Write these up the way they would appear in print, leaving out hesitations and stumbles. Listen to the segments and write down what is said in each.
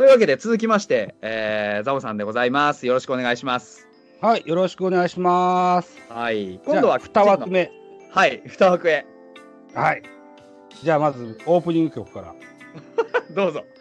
いうわけで続きまして、ザボさんでございます。よろしくお願いします。 はい、よろしくお願いします。 はい。今度は 2枠目。 はい、2枠へ。 はい。じゃあまずオープニング曲から。 どうぞ。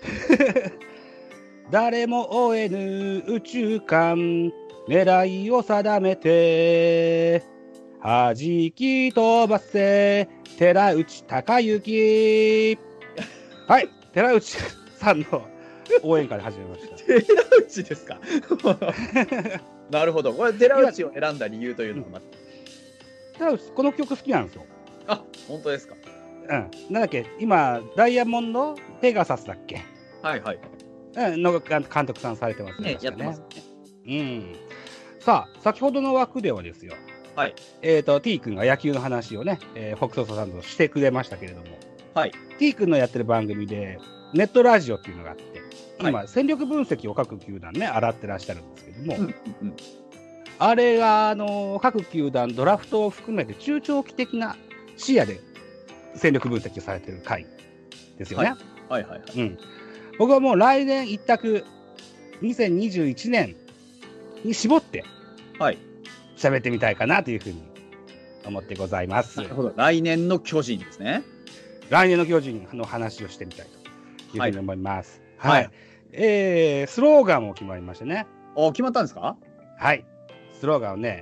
誰も追えぬ宇宙間、狙いを定めて、弾き飛ばせ、寺内孝之。はい、寺内さんの応援歌で始めました。 寺内ですか。なるほど。これ寺内を選んだ理由というのは、 寺内この曲好きなんですよ。 あ、本当ですか。 うん。なんだっけ、今ダイヤモンドペガサスだっけ。 はいはい。 の監督さんされてますね。 やってますね。 うん。さあ、先ほどの枠ではですよ。 はい。 T 君が野球の話をね、北斗さんとしてくれましたけれども。 はい。 T 君のやってる番組でネットラジオっていうのがあって、今、 はい、 戦力分析を各球団ね洗ってらっしゃるんですけども、 うんうん、 あれが各球団ドラフトを含めて中長期的な視野で戦力分析をされてる回ですよね。 はいはいはい、 うん。僕はもう来年一択2021年に絞って喋ってみたいかなというふうに思ってございます。 なるほど。来年の巨人ですね。 来年の巨人の話をしてみたいというふうに思います。 はい。はい、 スローガンも決まりましたね。 決まったんですか？ はい。スローガンをね、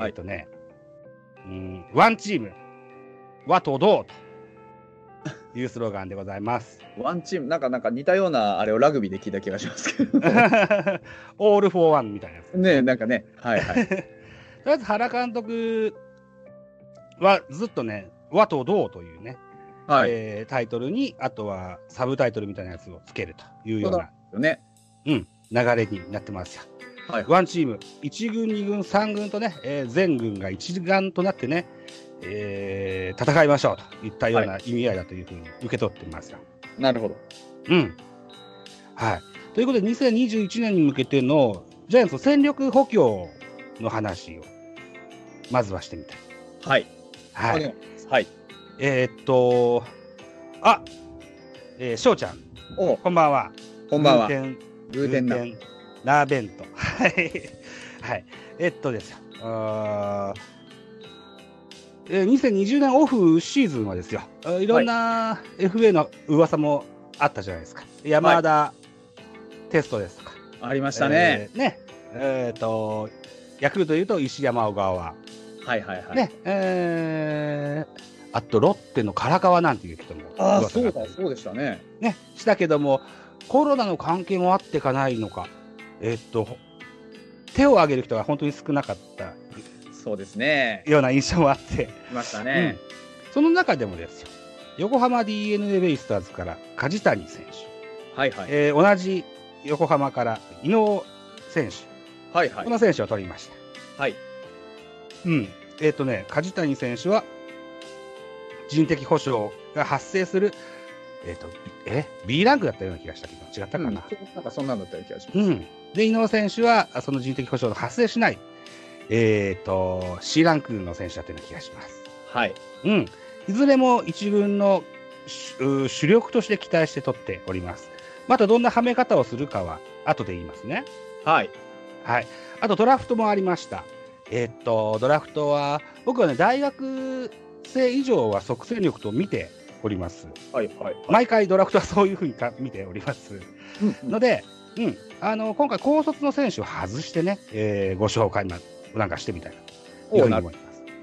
ワンチーム、和と同というスローガンでございます。 ワンチーム、なんか似たようなあれをラグビーで聞いた気がしますけど。 オール・フォー・ワンみたいなやつ。 ね、なんかね。はいはい。 とりあえず原監督はずっとね、和と同というね、はい、タイトルに、あとはサブタイトルみたいなやつをつけるというような、 ね、 流れになってますよ。 はい、 ワンチーム、1軍、2軍、3軍とね、全軍が一丸となってね、戦いましょうといったような意味合いだというふうに受け取ってますよ。 なるほど。 うん。はい。ということで、2021年に向けてのジャイアンツの戦力補強の話をまずはしてみたい。 はい。 はい。 はい。 翔ちゃん。こんばんは。 こんばんは。 グーテンナーベント。はい。はい。ですよ。2020年オフシーズンはですよ。いろんな FA の噂もあったじゃないですか。山田テストですとか。 ありましたね。 ヤクルトでいうと石山小川。 はいはいはい。 ね、あとロッテの唐川なんていう人もそうでしたね。 ね、したけどもコロナの関係もあってかないのか、手を挙げる人が本当に少なかったそうですねような印象もあっていましたね、 その中でもですよ、横浜 DNA ベイスターズから梶谷選手、 はいはい、 同じ横浜から伊能選手、 はいはい、 この選手を取りました。 はい。 梶谷選手は人的保障が発生する、B ランクだったような気がしたけど、違ったかな。 なんかそんなんだったような気がします。 で、伊能選手はその人的保障が発生しない、C ランクの選手だったような気がします。 はい。 いずれも一軍の主力として期待して取っております。またどんなはめ方をするかは後で言いますね。 はい。 はい。あとドラフトもありました。ドラフトは僕はね、大学生以上は即戦力と見ております。 はいはい。 毎回ドラフトはそういうふうに見ております。ので、今回高卒の選手を外してね、ご紹介なんかしてみたいなというふうに思います。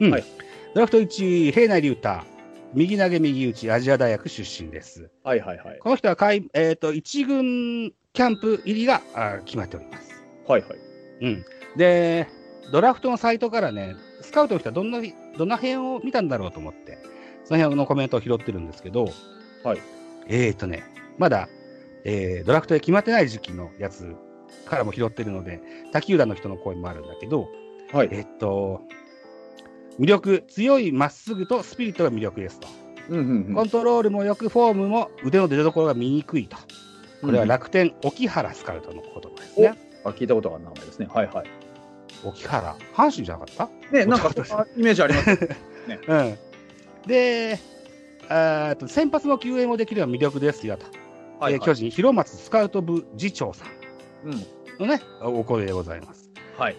はい。ドラフト1位、平内龍太、右投げ右打ち、アジア大学出身です。 はいはいはい。 この人は1軍キャンプ入りが決まっております。 はいはい。 で、ドラフトのサイトからね、スカウトの人はどんな辺を見たんだろうと思って、その辺のコメントを拾ってるんですけど、 はい。 まだ、ドラフトで決まってない時期のやつからも拾ってるので、他球団の人の声もあるんだけど、 はい。 魅力、強いまっすぐとスピリットが魅力ですと。コントロールもよく、フォームも腕の出所が見にくいと。これは楽天、沖原スカウトの言葉ですね。 聞いたことがある名前ですね。はいはい。 沖原、阪神じゃなかったね、なんかイメージありますね。 で、先発の救援もできるのは魅力ですよと。 はいはい巨人広松スカウト部次長さんうん。 のね、お声でございます。 はい。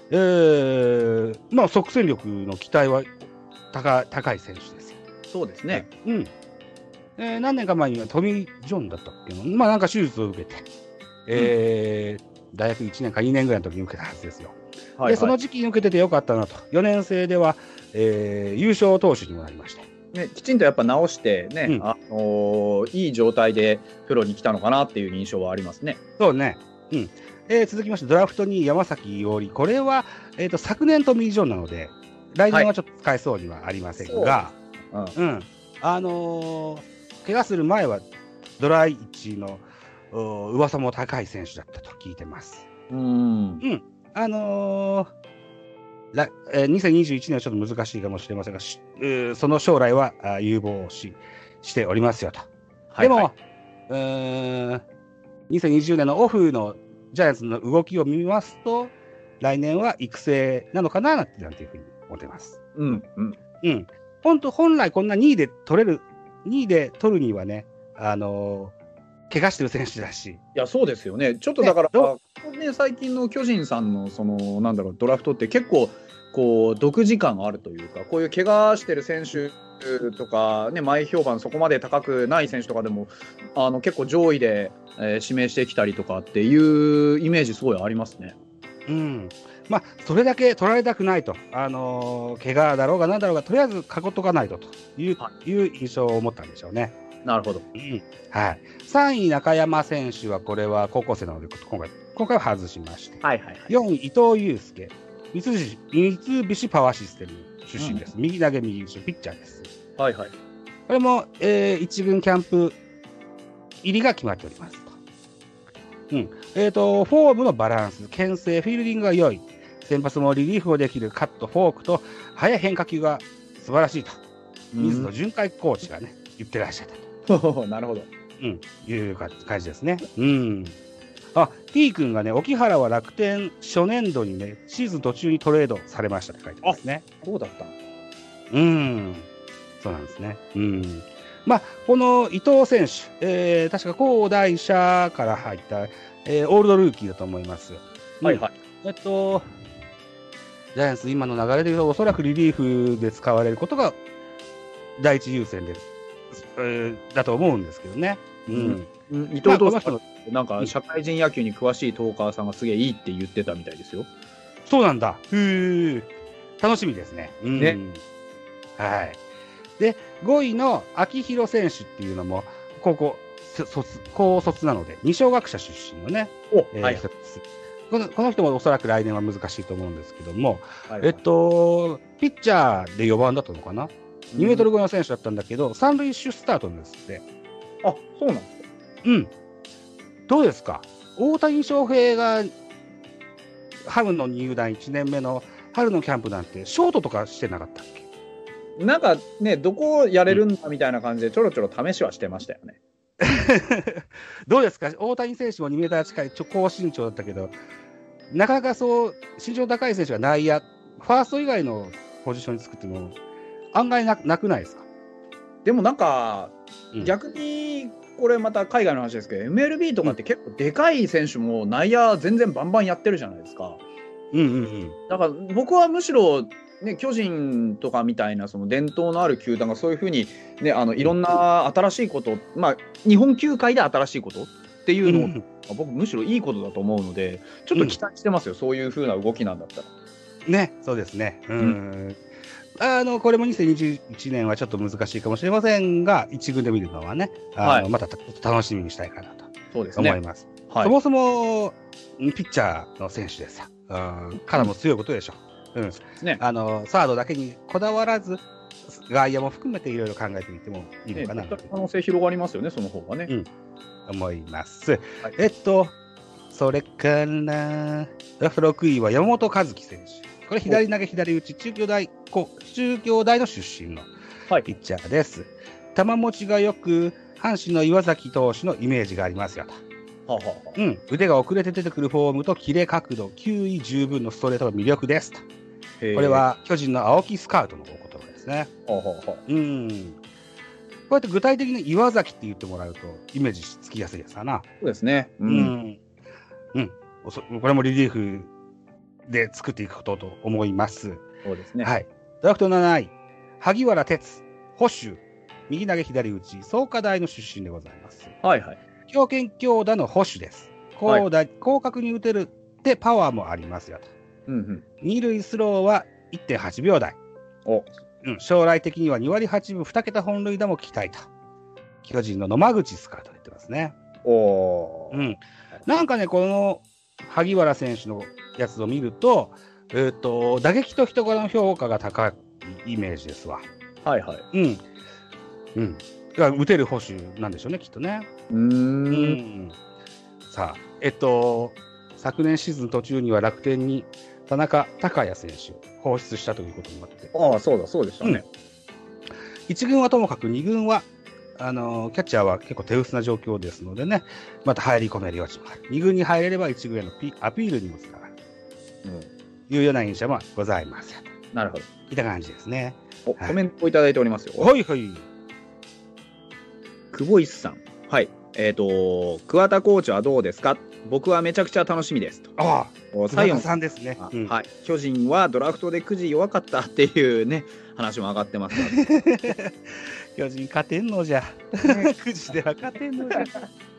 まあ、即戦力の期待は高い選手ですよ。 そうですね。 うん何年か前にはトミー・ジョンだったっけな、まあ、なんか手術を受けて、大学1年か2年ぐらいの時に受けたはずですよ。 はいはい、 でその時期に受けててよかったなと、4年生では、優勝投手にもなりまして。 ね、きちんとやっぱ直してね、いい状態でプロに来たのかなっていう印象はありますね。 そうね。続きまして、ドラフトに山崎伊織。これは、昨年トミー・ジョンなので、来年はちょっと使えそうにはありませんが、怪我する前はドラ1の噂も高い選手だったと聞いてます。2021年はちょっと難しいかもしれませんが、その将来は有望視しておりますよと。でも、2020年のオフのジャイアンツの動きを見ますと、来年は育成なのかななんていうふうに思ってます。本来こんな2位で取るにはね、怪我してる選手だし。 いや、そうですよね。ちょっとだから、最近の巨人さんのドラフトって結構こう独自感があるというか、こういう怪我してる選手とかね、前評判そこまで高くない選手とかでも結構上位で、指名してきたりとかっていうイメージすごいありますね。 まあ、それだけ取られたくないと、怪我だろうがなんだろうがとりあえず囲っとかないという印象を持ったんでしょうね。 なるほど。 はい。3位中山選手はこれは高校生なので今回は外しまして、4位伊藤祐介、三菱パワーシステム出身です。右投げ右打ちピッチャーです。これも、1軍キャンプ入りが決まっておりますと。フォームのバランス、牽制、フィールディングが良い、先発もリリーフもできるカット、フォークと速い変化球が素晴らしいと、水野純海コーチがね言ってらっしゃったと。 なるほど。 いう感じですね。T 君がね、沖原は楽天初年度にね、シーズン途中にトレードされましたって書いてますね。 そうだったそうなんですね。まあ、この伊藤選手、確か高大社から入った、オールドルーキーだと思います。ジャイアンツ今の流れでおそらくリリーフで使われることが第一優先です。だと思うんですけどね。 伊藤投手なんか社会人野球に詳しいトーカーさんがすげえいいって言ってたみたいですよ。 そうなんだ。楽しみですね。はい。で、5位の秋広選手っていうのも高卒なので二松学舎出身のね。この人もおそらく来年は難しいと思うんですけども、ピッチャーで4番だったのかな。2メートル超えの選手だったんだけど、三塁手スタートですって。 そうなんですか。 どうですか、大谷翔平が春の入団1年目の春のキャンプなんて、ショートとかしてなかったっけ？なんかね、どこやれるんだみたいな感じで、ちょろちょろ試しはしてましたよね。 どうですか、大谷選手も2メーター近い高身長だったけど、なかなかそう身長高い選手が内野、ファースト以外のポジションにつくっていうの案外なくないですか？ でもなんか、逆にこれまた海外の話ですけど、MLB とかって結構でかい選手も内野全然バンバンやってるじゃないですか。だから僕はむしろ、ね、巨人とかみたいなその伝統のある球団がそういうふうに、ね、いろんな新しいこと、日本球界で新しいことっていうのを、僕むしろいいことだと思うので、ちょっと期待してますよ、そういうふうな動きなんだったら。 ね、そうですね。これも2021年はちょっと難しいかもしれませんが、1軍で見るのはね、また楽しみにしたいかなと思います。そもそもピッチャーの選手ですよ。からも強いことでしょう。サードだけにこだわらず、外野も含めていろいろ考えてみてもいいのかなと。 可能性広がりますよね、その方がね。 思います。それから、ドラフト6位は山本和樹選手。これ左投げ左打ち中京大の出身のピッチャーです。球持ちがよく阪神の岩崎投手のイメージがありますよと。腕が遅れて出てくるフォームとキレ角度、球威十分のストレートが魅力ですと。これは巨人の青木スカウトのお言葉ですね。 うやって具体的に岩崎って言ってもらうとイメージつきやすいですかな。 そうですね。 うん。これもリリーフで作っていくことと思います。 そうですね。 はい。ドラフト7位、萩原哲、捕手、右投げ左打ち、創価大の出身でございます。 はいはい。 強肩強打の捕手です。広角に打てるってパワーもありますよと。二塁スローは 1.8 秒台。将来的には2割8分2桁本塁打も期待と。巨人の野間口スカウトと言ってますね。なんかね、この萩原選手のやつを見ると、打撃と人柄の評価が高いイメージですわ。 はいはい。 打てる捕手なんでしょうね、きっとね。さあ、昨年シーズン途中には楽天に田中孝也選手を放出したということもあって。 そうでしたね。 1軍はともかく2軍はキャッチャーは結構手薄な状況ですのでね、また入り込める余地もある。2軍に入れれば1軍へのアピールにもつながるというような印象もございます。 なるほど。 いった感じですね。 コメントをいただいておりますよ。 はいはい。 久保石さん。はい。桑田コーチはどうですか？僕はめちゃくちゃ楽しみですと。 西園さんですね。 はい。巨人はドラフトでくじ弱かったっていうね、話も上がってます巨人勝てんのじゃ。くじでは勝てんのじゃ。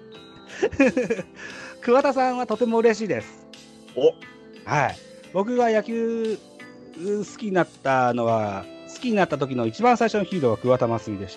桑田さんはとても嬉しいです。はい。僕が野球好きになった時の一番最初のヒーローは桑田真澄でした。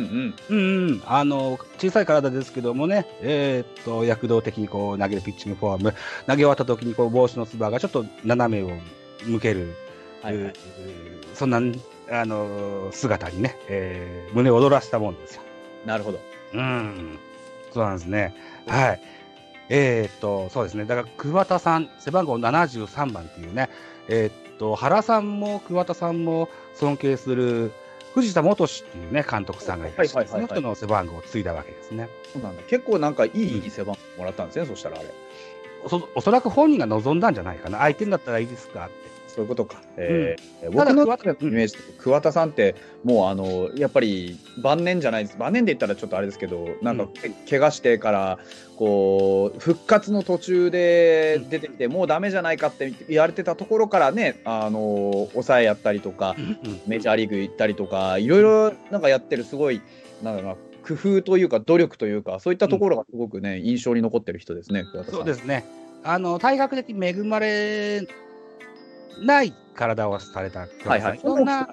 小さい体ですけどもね、躍動的にこう投げるピッチングフォーム、投げ終わった時にこう帽子のつばがちょっと斜めを向ける、そんな姿にね、胸を躍らせたもんですよ。 なるほど。 そうなんですね。はい。そうですね。だから桑田さん、背番号73番っていうね、原さんも桑田さんも尊敬する藤田元志っていうね監督さんがいらっしゃる、その人の背番号を継いだわけですね。 そうなんだ。結構なんかいい背番号もらったんですね。そしたらあれ。 おそらく本人が望んだんじゃないかな。相手になったらいいですかって。 そういうことか。僕のイメージ、桑田さんってもうやっぱり晩年じゃないです。晩年で言ったらちょっとあれですけど、なんか怪我してからこう復活の途中で出てきて、もうダメじゃないかって言われてたところからね、抑えやったりとか、メジャーリーグ行ったりとか、いろいろなんかやってるすごいなんだろうな。工夫というか努力というかそういったところがすごくね、印象に残ってる人ですね。 そうですね。体格的に恵まれない体をされた。いろんな、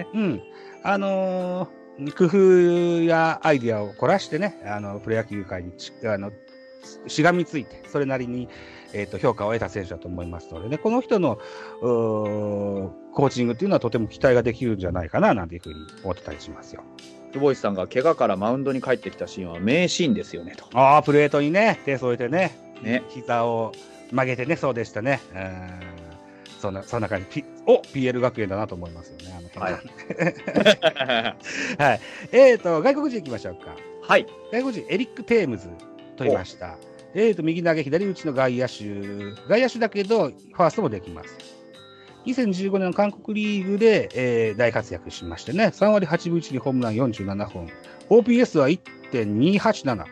工夫やアイディアを凝らしてね、プロ野球界にしがみついて、それなりに、評価を得た選手だと思いますのでね、この人のコーチングっていうのはとても期待ができるんじゃないかななんていうふうに思ってたりしますよ。 久保石さんが怪我からマウンドに帰ってきたシーンは名シーンですよねと。 プレートにね、手添えてね、膝を曲げてね、そうでしたね。そんな感じ。PL 学園だなと思いますよね。はい。外国人いきましょうか。 はい。 外国人、エリック・テームズと言いました。右投げ、左打ちの外野手だけど、ファーストもできます。2015年の韓国リーグで、大活躍しましてね、3割8分1厘ホームラン47本。OPS は 1.287。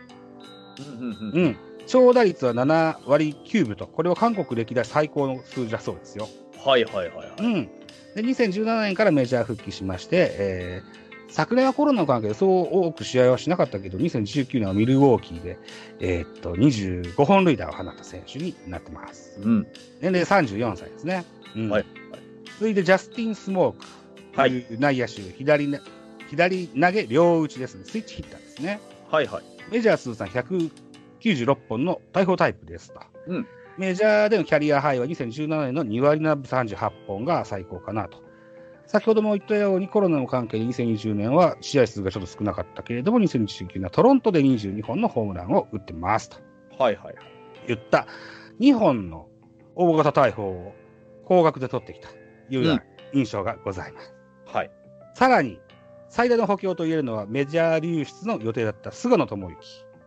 長打率は7割9分と、これは韓国歴代最高の数字だそうですよ。で2017年からメジャー復帰しまして、昨年はコロナの関係でそう多く試合はしなかったけど、2019年はミルウォーキーで、25本塁打を放った選手になってます。年齢34歳ですね。続いてジャスティン・スモークという内野手、左投げ両打ちですね。スイッチヒッターですね。メジャー通算196本の大砲タイプですと。メジャーでのキャリアハイは2017年の2割7分38本が最高かなと。先ほども言ったようにコロナの関係で2020年は試合数がちょっと少なかったけれども、2019年はトロントで22本のホームランを打ってますと。言った2本の大型大砲を高額で取ってきたというような印象がございます。さらに最大の補強と言えるのはメジャー流出の予定だった菅野智之。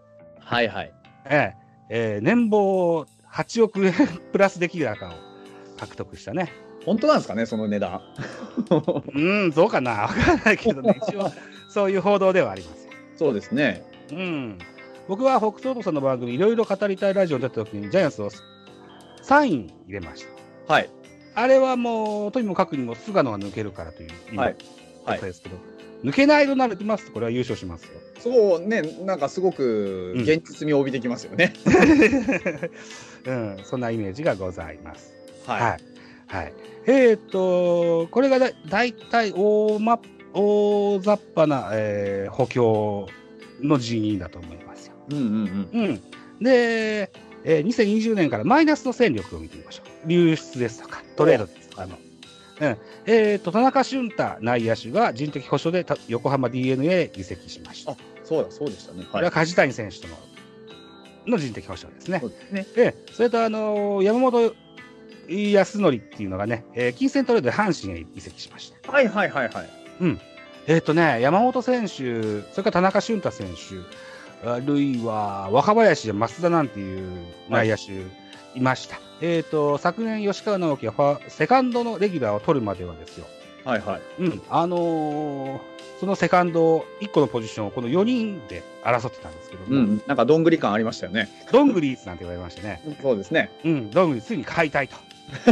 年俸8億円プラスできる赤を獲得したね。 本当なんですかね、その値段。 どうかな、わからないけどね、一応そういう報道ではあります。 そうですね。 うん。僕は北斗さんの番組いろいろ語りたいラジオに出た時にジャイアンツをサイン入れました。 はい。 あれはもうとにもかくにも菅野が抜けるからという意味ですけど、抜けないとなりますとこれは優勝しますよ。 そうね、なんかすごく現実味を帯びてきますよね。 うん、そんなイメージがございます。 はい。 はい。これがだいたい大雑把な、補強の人員だと思いますよ。で、2020年からマイナスの戦力を見てみましょう。流出ですとか、トレードですとか田中俊太内野手が人的保障で横浜 DeNA 移籍しました。 あ、そうでしたね。 これは梶谷選手との人的保障ですね。そうですね。それと山本康則っていうのがね、金銭トレードで阪神へ移籍しました。 はい。 うん。山本選手、それから田中俊太選手、あるいは若林や増田なんていう内野手いました。昨年吉川直樹がセカンドのレギュラーを取るまではですよ。 はいはい。 うん。そのセカンド1個のポジションをこの4人で争ってたんですけども、 なんかどんぐり感ありましたよね。 どんぐりーズなんて言われましたね。 そうですね。 どんぐりついに解体と。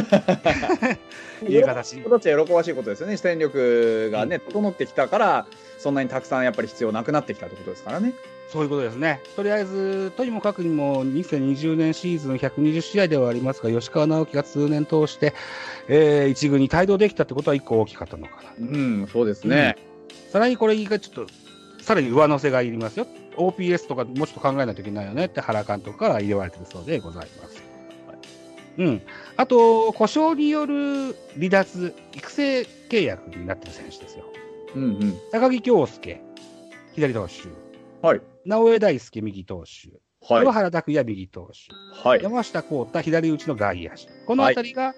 いう形。 どっちは喜ばしいことですよね。戦力がね、整ってきたから、そんなにたくさんやっぱり必要なくなってきたってことですからね。 そういうことですね。とりあえず、とにもかくにも2020年シーズン120試合ではありますが、吉川直樹が通年通して、一軍に帯同できたってことは一個大きかったのかな。 そうですね。 さらにこれがちょっと、さらに上乗せがいりますよ。OPS とかもうちょっと考えないといけないよねって原監督から言われているそうでございます。あと、故障による離脱、育成契約になっている選手ですよ。高木京介、左投手。直江大輔、右投手。黒原拓也、右投手。山下幸太、左打ちの外野手。このあたりが、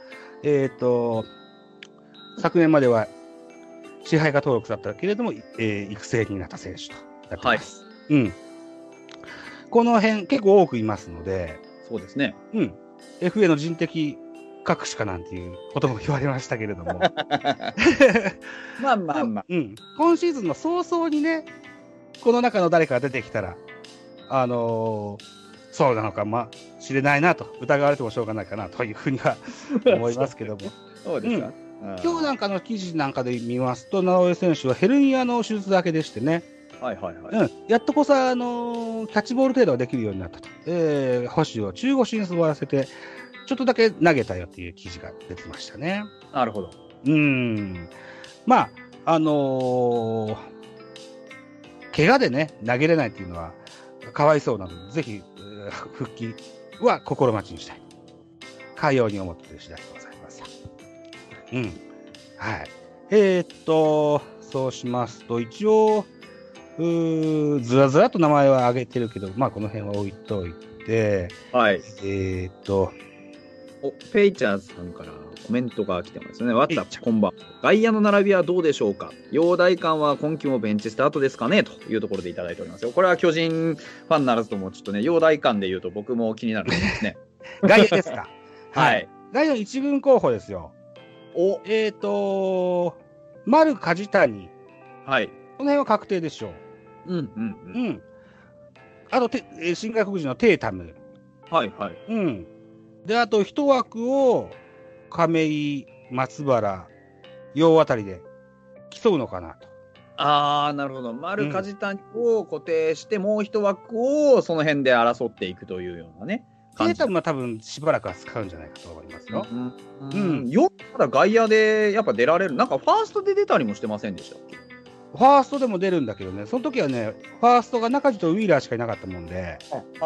昨年までは支配下登録だったけれども、育成になった選手となっています。この辺結構多くいますので、 そうですね。 FA の人的隠しかなんていうことも言われましたけれども。 まあ。 今シーズンの早々にね、この中の誰かが出てきたら、そうなのかもしれないなと、疑われてもしょうがないかなというふうには思いますけども。 そうですか。 今日なんかの記事なんかで見ますと、直江選手はヘルニアの手術だけでしてね、やっとこさ、キャッチボール程度はできるようになったと。星を中腰に座らせて、ちょっとだけ投げたよっていう記事が出てましたね。 なるほど。 まあ、怪我でね、投げれないっていうのはかわいそうなので、ぜひ、復帰は心待ちにしたい。かように思っている次第でございます。はい。そうしますと、一応、ずらずらと名前は挙げてるけど、まあこの辺は置いといて、 ペイチャーズさんからコメントが来てますね。ワッツアップこんばん。外野の並びはどうでしょうか。陽大館は今季もベンチスタートですかねというところでいただいておりますよ。これは巨人ファンならずともちょっとね、陽大館で言うと僕も気になるんですね。 外野ですか。 はい。 外野一軍候補ですよ。丸梶谷。 はい。 この辺は確定でしょう。あと、新外国人のテータム。で、あと一枠を亀井、松原、陽あたりで競うのかなと。 なるほど。丸梶谷を固定して、もう一枠をその辺で争っていくというようなね。 テータムは多分しばらくは使うんじゃないかと思いますよ。 まだ外野でやっぱ出られる。なんかファーストで出たりもしてませんでしたっけ？ ファーストでも出るんだけどね、その時はね、ファーストが中地とウィーラーしかいなかったもんで、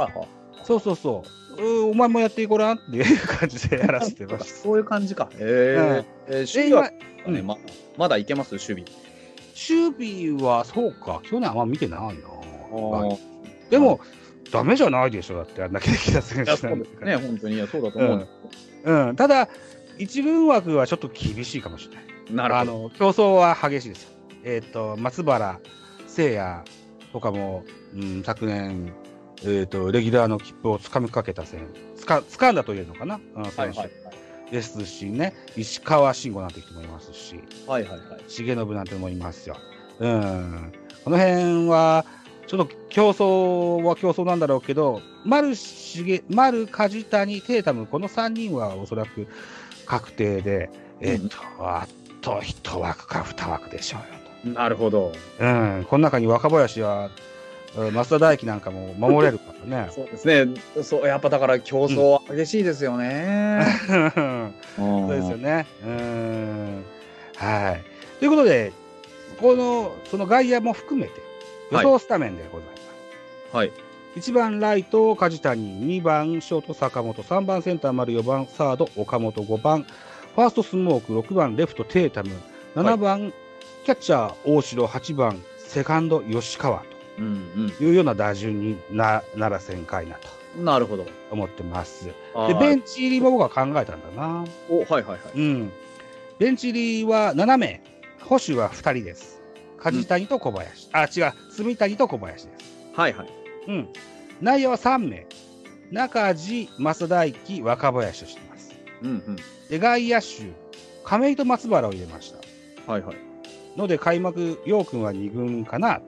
お前もやってごらんっていう感じでやらせてました。 そういう感じか。守備は、まだいけます？守備は、そうか、去年はあんま見てないな。でも、ダメじゃないでしょ、だってあんだけできた選手なんですからね、本当に、そうだと思う。 ただ、一軍枠はちょっと厳しいかもしれない。 なるほど。 競争は激しいですよ。松原、聖也とかも、昨年、レギュラーの切符をつかみかけた選手、つかんだと言えるのかな、選手ですしね、石川慎吾なんて人もいますし、重信なんてもいますよ。このこの辺は、ちょっと競争は競争なんだろうけど、丸、梶谷、テータム、この3人はおそらく確定で、あと1枠か2枠でしょうよと。なるほど。 この中に若林は、増田大輝なんかも守れるからね。 そうですね。やっぱだから競争は激しいですよね。 そうですよね。はい。ということで、その外野も含めて、予想スタメンでございます。 はい。 1番ライト、梶谷、2番ショート、坂本、3番センター、丸、4番サード、岡本、5番ファースト、スモーク、6番レフト、テータム、7番、キャッチャー、大城、8番セカンド、吉川というような打順にならせんかいなと。 なるほど。 思ってます。で、ベンチ入りも僕は考えたんだな。ベンチ入りは7名。保守は2人です。梶谷と小林。住谷と小林です。 はいはい。 内野は3名。中地、増田大輝、若林としています。で、外野手、亀井と松原を入れました。はいはい。ので、開幕、陽君は2軍かな。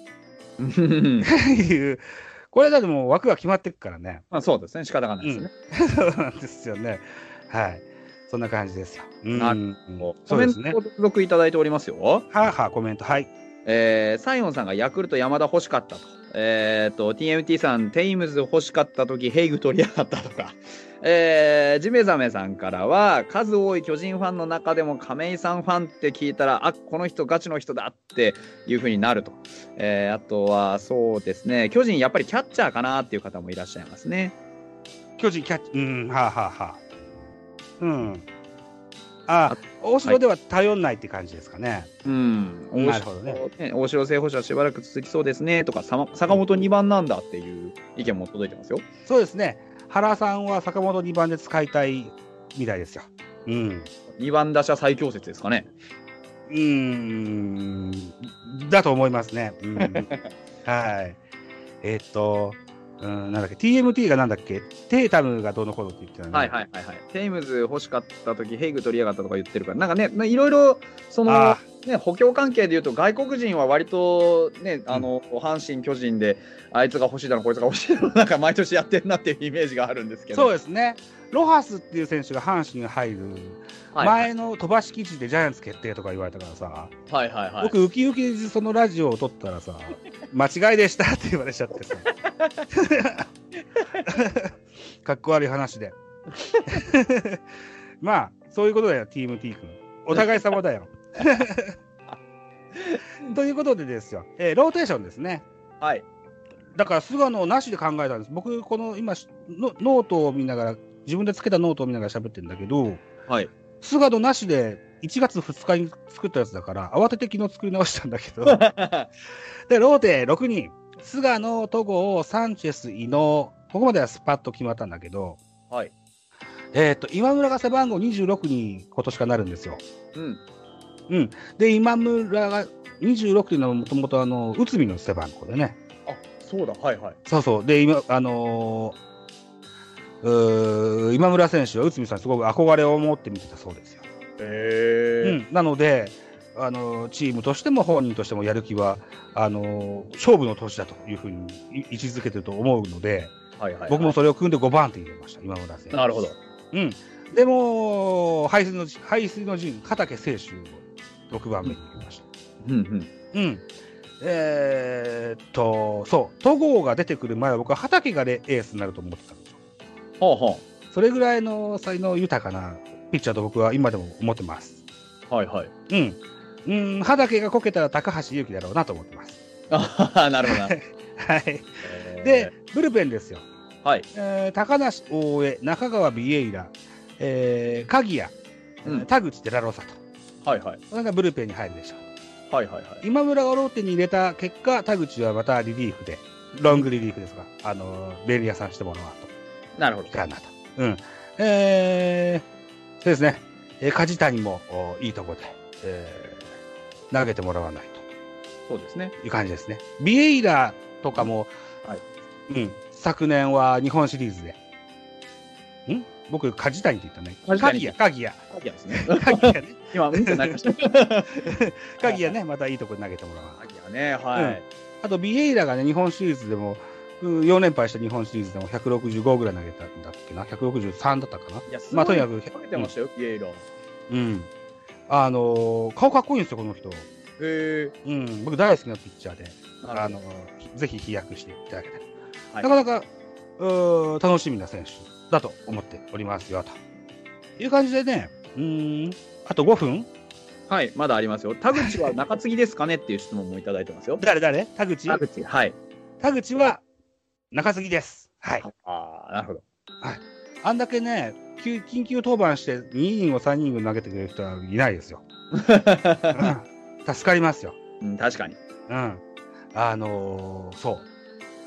いう。これだってもう枠が決まってくからね。 そうですね。仕方がないですね。 そうなんですよね。はい。そんな感じですよ。 コメントを続々いただいておりますよ。 コメント。はい。 サイオンさんがヤクルト山田欲しかったと。TMT さん、テイムズ欲しかったとき、ヘイグ取りやがったとか。ジメザメさんからは、数多い巨人ファンの中でも亀井さんファンって聞いたら、この人ガチの人だっていう風になると。あとは、そうですね、巨人やっぱりキャッチャーかなっていう方もいらっしゃいますね。 巨人キャッチ、大城では頼んないって感じですかね。なるほどね。 大城正捕手はしばらく続きそうですねとか、坂本2番なんだっていう意見も届いてますよ。 そうですね。原さんは坂本2番で使いたいみたいですよ。 2番打者最強説ですかね。 だと思いますね。はい。なんだっけ、TMT がなんだっけ、テータムがどうのこうのって言ってたね。 テイムズ欲しかった時ヘイグ取りやがったとか言ってるから、なんかね、いろいろ補強関係でいうと外国人は割とね、阪神巨人であいつが欲しいだろこいつが欲しいだろなんか毎年やってるなっていうイメージがあるんですけど。 そうですね。ロハスっていう選手が阪神に入る前の飛ばし記事でジャイアンツ決定とか言われたからさ、僕ウキウキでそのラジオを撮ったらさ、間違いでしたって言われちゃってさかっこ悪い話でまあそういうことだよ、チーム T 君、お互い様だよということでですよ、ローテーションですね。はい。だから菅野なしで考えたんです。僕この今ノートを見ながら、自分でつけたノートを見ながら喋ってるんだけど、菅野なしで1月2日に作ったやつだから慌てて昨日作り直したんだけどでローテ6人、菅野、戸郷、サンチェス、伊野、ここまではスパッと決まったんだけど、今村が背番号26に今年からなるんですよ。で今村が26っていうのはもともと内海の背番号でね。 そうだ、 そうそう。で今今村選手は内海さんすごく憧れを持って見てたそうですよ。なのでチームとしても本人としてもやる気は勝負の年だというふうに位置づけてると思うので、僕もそれを組んで5番って入れました、今村選手。 なるほど。 でも排水の陣、片家清舟を6番目に入れました。そう、戸郷が出てくる前は僕は畠がエースになると思ってたんですよ。それぐらいの才能豊かなピッチャーと僕は今でも思ってます。畠がこけたら高橋優貴だろうなと思ってます。 なるほど。はい。 で、ブルペンですよ。高梨大江、中川ビエイラ、鍵谷、田口デラロサと。これがブルペンに入るでしょう。今村をローテに入れた結果、田口はまたリリーフで、ロングリリーフですが、レール屋さんしてもらおうと。 なるほど。 かなと。そうですね。梶谷もいいとこで、投げてもらわないと。 そうですね。 いう感じですね。ビエイラとかも、昨年は日本シリーズで。僕、梶谷って言ったね。鍵谷ですね。鍵谷ね。今、なりました。鍵谷ね、またいいところに投げてもらわない。 らね、はい。 あとビエイラがね、日本シリーズでも、4連敗した日本シリーズでも165ぐらい投げたんだっけな、163だったかな。 いや、 まあとにかく投げてましたよ、ビエイラ。 顔かっこいいんですよ、この人。 へえ。僕大好きなピッチャーで、ぜひ飛躍していただけたら。なかなか楽しみな選手だと思っておりますよ、という感じでね、あと5分はい、まだありますよ。田口は中継ぎですかねっていう質問もいただいてますよ。 誰田口、 はい。 田口は中継ぎです。はい。 ああ、なるほど。 はい。あんだけね、緊急登板して2イニング、3イニング投げてくれる人はいないですよ。助かりますよ。 確かに。 そう。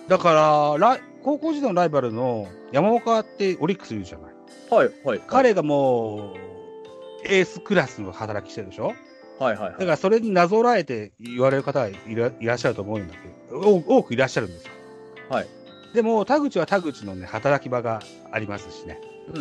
だから、高校時代のライバルの山岡ってオリックスいるじゃない。 はい。 彼がもう、エースクラスの働きしてるでしょ。 はい。 だからそれになぞらえて言われる方はいらっしゃると思うんだけど、多くいらっしゃるんですよ。 はい。 でも、田口は田口のね、働き場がありますしね。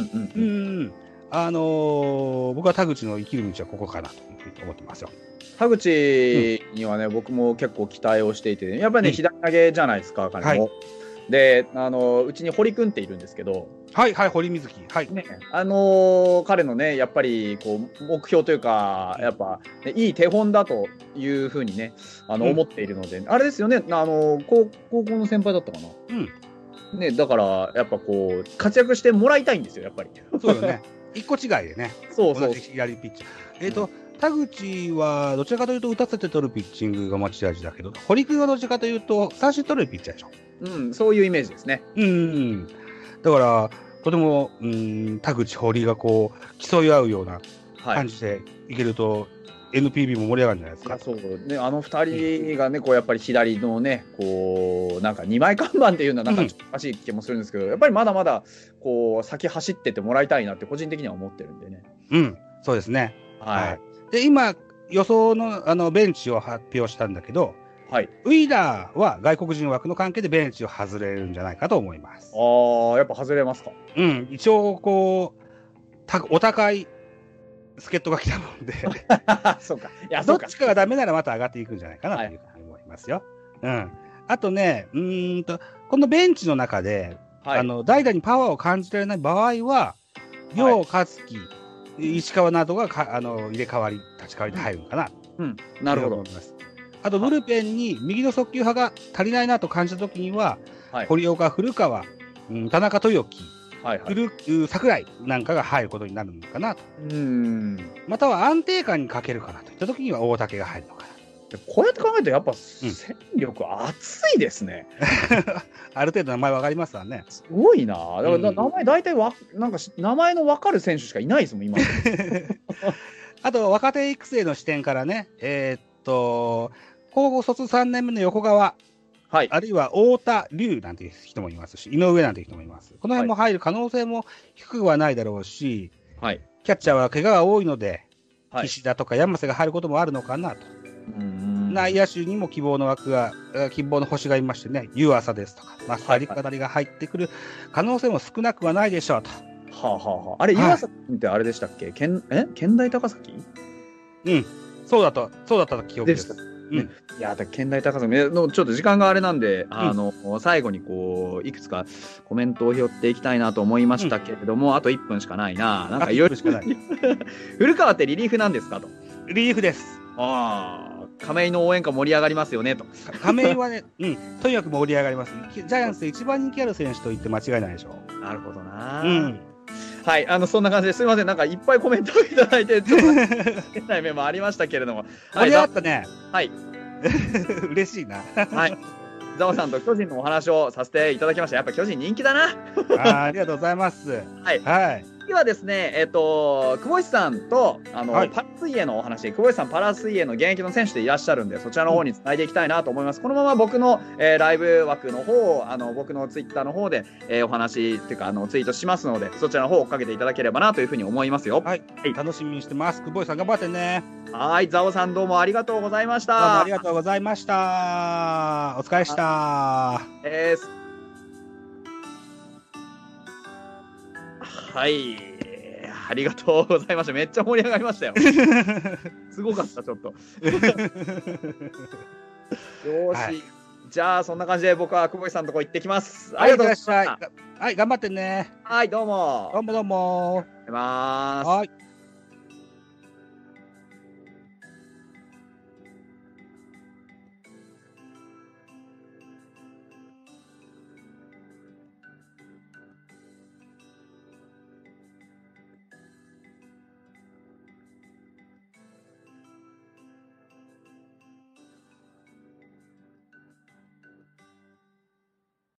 僕は田口の生きる道はここかなというふうに思ってますよ。 田口にはね、僕も結構期待をしていて、やっぱりね、左投げじゃないですか、彼も。はい、で、うちに堀君っているんですけど、 はい、堀水木。はい。 ね、彼のね、やっぱり、こう、目標というか、やっぱ、ね、いい手本だというふうにね、思っているので、あれですよね、高校の先輩だったかな。ね、だから、やっぱこう、活躍してもらいたいんですよ、やっぱり。 そうよね。一個違いでね。 そう。 同じ左ピッチャー。田口はどちらかというと打たせて取るピッチングが持ち味だけど、堀君はどちらかというと三振取るピッチャーでしょ。 そういうイメージですね。 だから、とても、田口、堀がこう、競い合うような感じでいけると、NPB も盛り上がるんじゃないですか。 そうね、2人がね、こうやっぱり左のね、こうなんか2枚看板っていうのはなんかちょっとおかしい気もするんですけど、やっぱりまだまだこう先走ってってもらいたいなって個人的には思ってるんでね。 そうですね。 はい。 で今予想のベンチを発表したんだけど、 はい、 ウィーラーは外国人枠の関係でベンチを外れるんじゃないかと思います。 やっぱ外れますか。 一応こうお高い助っ人が来たもんでそうか。 いや、どっちかがダメならまた上がっていくんじゃないかなというふうに思いますよ。あとね、このベンチの中で、代打にパワーを感じられない場合は、楊和樹、石川などが入れ替わり、立ち替わりで入るのかな。 なるほど。 あと、ブルペンに右の速球派が足りないなと感じたときには、堀岡、古川、田中豊樹、櫻井なんかが入ることになるのかなと。または安定感に欠けるかなといったときには大竹が入るのかな。 こうやって考えるとやっぱ戦力熱いですね。 ある程度名前分かりますわね。 すごいな。だから名前大体なんか名前の分かる選手しかいないですもん今。 あと若手育成の視点からね、高校卒3年目の横川、あるいは太田龍なんていう人もいますし、井上なんていう人もいます。この辺も入る可能性も低くはないだろうし、キャッチャーは怪我が多いので、岸田とか山瀬が入ることもあるのかなと。内野手にも希望の星がいましてね、湯浅ですとか、増田陸あたりが入ってくる可能性も少なくはないでしょうと。 あれ、湯浅ってあれでしたっけ？県大高崎？ そうだった記憶です。 いや、県大高崎のちょっと時間があれなんで、最後にこういくつかコメントを拾っていきたいなと思いましたけれども、あと1分しかないな。なんかいろいろ古川ってリリーフなんですかと。 リリーフです。 亀井の応援歌盛り上がりますよねと。 亀井はね、とにかく盛り上がります。ジャイアンツで一番人気ある選手と言って間違いないでしょう。 なるほどな。はい、そんな感じですいません、なんかいっぱいコメントをいただいて、ちょっと変な面もありましたけれども。 盛り上がったね。 はい。 嬉しいな。 はい。ザワさんと巨人のお話をさせていただきました。やっぱ巨人人気だな。 ありがとうございます。 次はですね、久保石さんとパラ水泳のお話、久保石さんパラ水泳の現役の選手でいらっしゃるんで、そちらの方につないでいきたいなと思います。このまま僕の、ライブ枠の方を僕のツイッターの方で、お話っていうかツイートしますので、そちらの方を追っかけていただければなというふうに思いますよ。 楽しみにしてます。久保石さん頑張ってね。 ザオさんどうもありがとうございました。 どうもありがとうございました。お疲れした。 はい、ありがとうございました。めっちゃ盛り上がりましたよ。すごかった、ちょっと。 よし、はい、じゃあそんな感じで僕は久保井さんのとこ行ってきます。 ありがとうございました。はい、頑張ってね。 はい、どうも。 どうもどうも。 ありがとうございます。 はい。